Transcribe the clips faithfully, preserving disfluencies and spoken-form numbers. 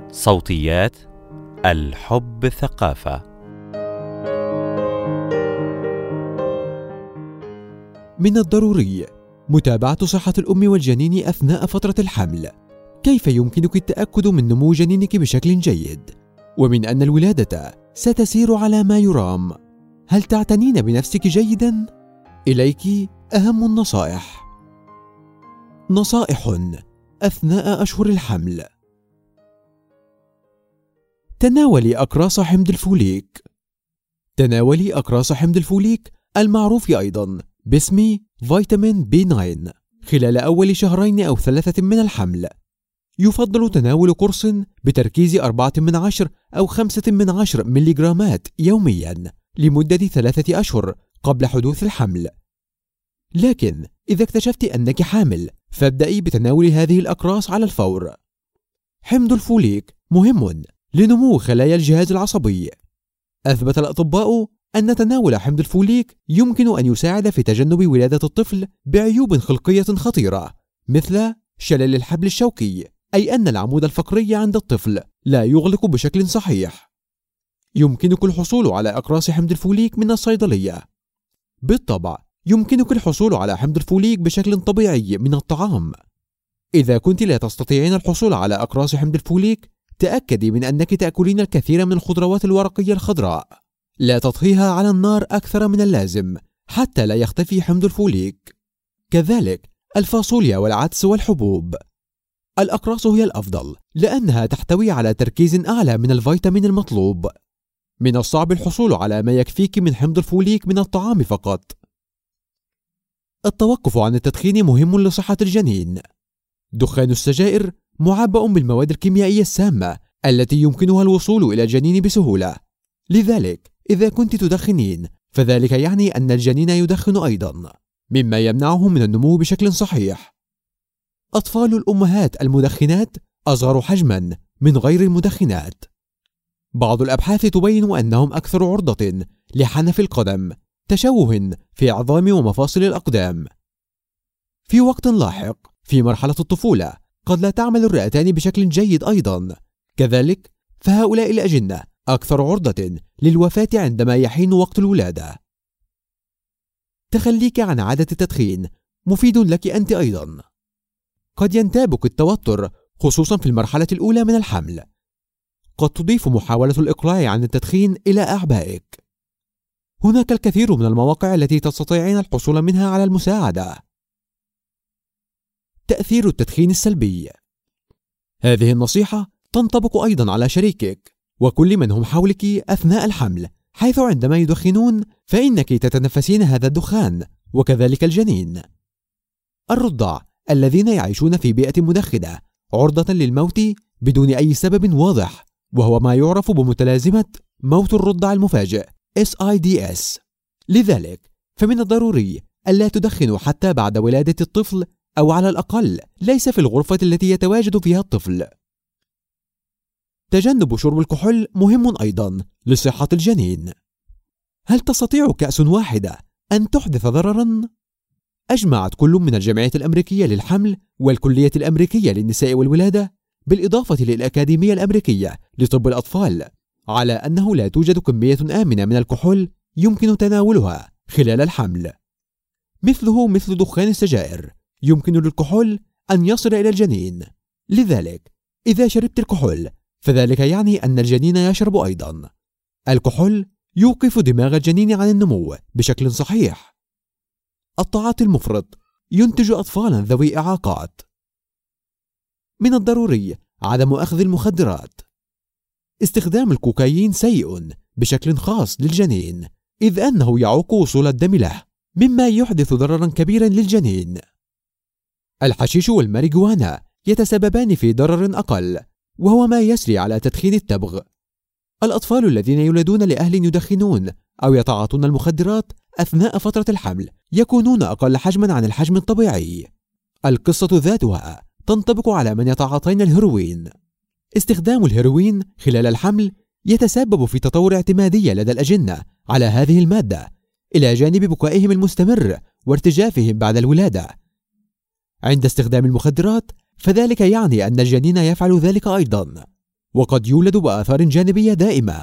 صوتيات الحب ثقافة. من الضروري متابعة صحة الأم والجنين أثناء فترة الحمل. كيف يمكنك التأكد من نمو جنينك بشكل جيد؟ ومن أن الولادة ستسير على ما يرام. هل تعتنين بنفسك جيداً؟ إليك أهم النصائح. نصائح أثناء أشهر الحمل. تناولي أقراص حمض الفوليك. تناولي أقراص حمض الفوليك المعروف أيضاً باسم فيتامين بي تسعة خلال أول شهرين أو ثلاثة من الحمل. يفضل تناول قرص بتركيز أربعة من عشر أو خمسة من عشر مليغرامات يومياً لمدة ثلاثة أشهر قبل حدوث الحمل. لكن إذا اكتشفت أنك حامل فابدأي بتناول هذه الأقراص على الفور. حمض الفوليك مهم لنمو خلايا الجهاز العصبي. أثبت الأطباء أن تناول حمض الفوليك يمكن أن يساعد في تجنب ولادة الطفل بعيوب خلقية خطيرة مثل شلل الحبل الشوكي، أي أن العمود الفقري عند الطفل لا يغلق بشكل صحيح. يمكنك الحصول على أقراص حمض الفوليك من الصيدلية. بالطبع يمكنك الحصول على حمض الفوليك بشكل طبيعي من الطعام. إذا كنت لا تستطيعين الحصول على أقراص حمض الفوليك، تأكدي من أنك تأكلين الكثير من الخضروات الورقية الخضراء. لا تطهيها على النار أكثر من اللازم حتى لا يختفي حمض الفوليك. كذلك الفاصوليا والعدس والحبوب. الأقراص هي الأفضل لأنها تحتوي على تركيز أعلى من الفيتامين المطلوب. من الصعب الحصول على ما يكفيك من حمض الفوليك من الطعام فقط. التوقف عن التدخين مهم لصحة الجنين. دخان السجائر معبأ بالمواد الكيميائية السامة التي يمكنها الوصول إلى الجنين بسهولة. لذلك إذا كنت تدخنين فذلك يعني أن الجنين يدخن أيضا، مما يمنعه من النمو بشكل صحيح. أطفال الأمهات المدخنات أصغر حجما من غير المدخنات. بعض الأبحاث تبين أنهم أكثر عرضة لحنف القدم، تشوه في عظام ومفاصل الأقدام. في وقت لاحق في مرحلة الطفولة قد لا تعمل الرئتان بشكل جيد أيضا. كذلك فهؤلاء الأجنة أكثر عرضة للوفاة عندما يحين وقت الولادة. تخليك عن عادة التدخين مفيد لك أنت أيضا. قد ينتابك التوتر خصوصا في المرحلة الأولى من الحمل. قد تضيف محاولة الإقلاع عن التدخين إلى أعبائك. هناك الكثير من المواقع التي تستطيعين الحصول منها على المساعدة. تأثير التدخين السلبي. هذه النصيحة تنطبق أيضا على شريكك وكل من هم حولك أثناء الحمل، حيث عندما يدخنون فإنك تتنفسين هذا الدخان، وكذلك الجنين. الرضع الذين يعيشون في بيئة مدخنة عرضة للموت بدون أي سبب واضح، وهو ما يعرف بمتلازمة موت الرضع المفاجئ إس آي دي إس. لذلك فمن الضروري ألا تدخنوا حتى بعد ولادة الطفل، أو على الأقل ليس في الغرفة التي يتواجد فيها الطفل. تجنب شرب الكحول مهم أيضا لصحة الجنين. هل تستطيع كأس واحدة أن تحدث ضررا؟ أجمعت كل من الجمعية الأمريكية للحمل والكلية الأمريكية للنساء والولادة بالإضافة للأكاديمية الأمريكية لطب الأطفال على أنه لا توجد كمية آمنة من الكحول يمكن تناولها خلال الحمل. مثله مثل دخان السجائر، يمكن للكحول أن يصل إلى الجنين. لذلك إذا شربت الكحول فذلك يعني أن الجنين يشرب أيضا. الكحول يوقف دماغ الجنين عن النمو بشكل صحيح. التعاطي المفرط ينتج أطفالا ذوي إعاقات. من الضروري عدم أخذ المخدرات. استخدام الكوكايين سيء بشكل خاص للجنين، إذ أنه يعوق وصول الدم له، مما يحدث ضررا كبيرا للجنين. الحشيش والماريجوانا يتسببان في ضرر أقل، وهو ما يسري على تدخين التبغ. الأطفال الذين يولدون لأهل يدخنون أو يتعاطون المخدرات أثناء فترة الحمل يكونون أقل حجما عن الحجم الطبيعي. القصة ذاتها تنطبق على من يتعاطين الهيروين. استخدام الهيروين خلال الحمل يتسبب في تطور اعتمادية لدى الأجنة على هذه المادة، إلى جانب بكائهم المستمر وارتجافهم بعد الولادة. عند استخدام المخدرات فذلك يعني أن الجنين يفعل ذلك أيضا. وقد يولد بآثار جانبية دائمة.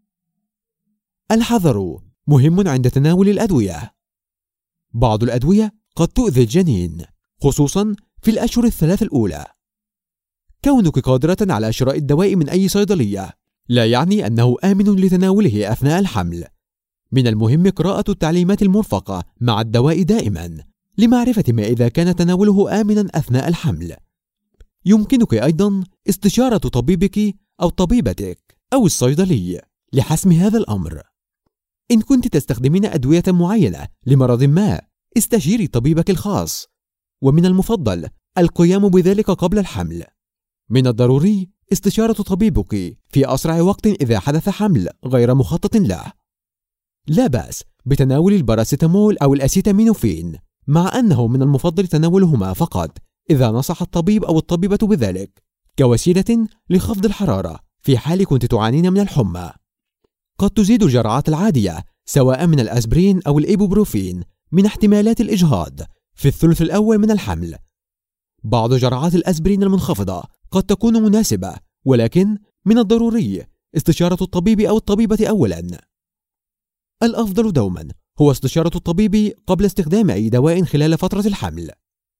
الحذر مهم عند تناول الأدوية. بعض الأدوية قد تؤذي الجنين، خصوصا في الأشهر الثلاث الأولى. كونك قادرة على شراء الدواء من أي صيدلية لا يعني أنه آمن لتناوله أثناء الحمل. من المهم قراءة التعليمات المرفقة مع الدواء دائما لمعرفة ما إذا كان تناوله آمنا أثناء الحمل. يمكنك أيضا استشارة طبيبك أو طبيبتك أو الصيدلي لحسم هذا الأمر. إن كنت تستخدمين أدوية معينة لمرض ما، استشيري طبيبك الخاص، ومن المفضل القيام بذلك قبل الحمل. من الضروري استشارة طبيبك في أسرع وقت إذا حدث حمل غير مخطط له. لا بأس بتناول الباراسيتامول أو الأسيتامينوفين، مع أنه من المفضل تناولهما فقط إذا نصح الطبيب أو الطبيبة بذلك، كوسيلة لخفض الحرارة في حال كنت تعانين من الحمى. قد تزيد الجرعات العادية سواء من الأسبرين أو الإيبوبروفين من احتمالات الإجهاض في الثلث الأول من الحمل. بعض جرعات الأسبرين المنخفضة قد تكون مناسبة، ولكن من الضروري استشارة الطبيب أو الطبيبة أولاً. الأفضل دوماً هو استشارة الطبيب قبل استخدام أي دواء خلال فترة الحمل.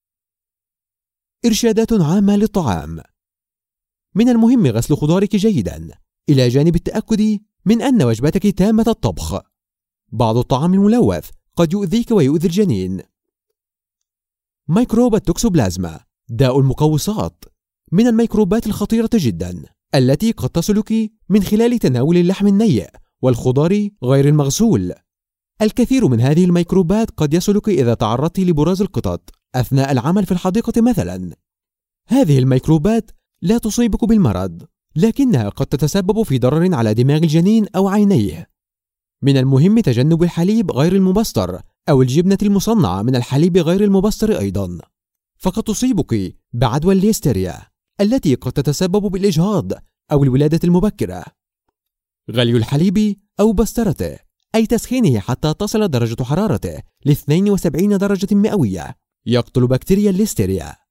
إرشادات عامة للطعام. من المهم غسل خضارك جيداً، إلى جانب التأكد من أن وجبتك تامة الطبخ. بعض الطعام الملوث قد يؤذيك ويؤذي الجنين. ميكروب التوكسوبلازما داء المقوصات، من الميكروبات الخطيرة جدا التي قد تصلك من خلال تناول اللحم النيء والخضار غير المغسول. الكثير من هذه الميكروبات قد يصلك إذا تعرضت لبراز القطط أثناء العمل في الحديقة مثلا. هذه الميكروبات لا تصيبك بالمرض، لكنها قد تتسبب في ضرر على دماغ الجنين أو عينيه. من المهم تجنب الحليب غير المبستر أو الجبنة المصنعة من الحليب غير المبستر أيضا، فقد تصيبك بعدوى الليستيريا التي قد تتسبب بالإجهاض أو الولادة المبكرة. غلي الحليب أو بسترته، أي تسخينه حتى تصل درجة حرارته ل اثنين وسبعين درجة مئوية، يقتل بكتيريا الليستيريا.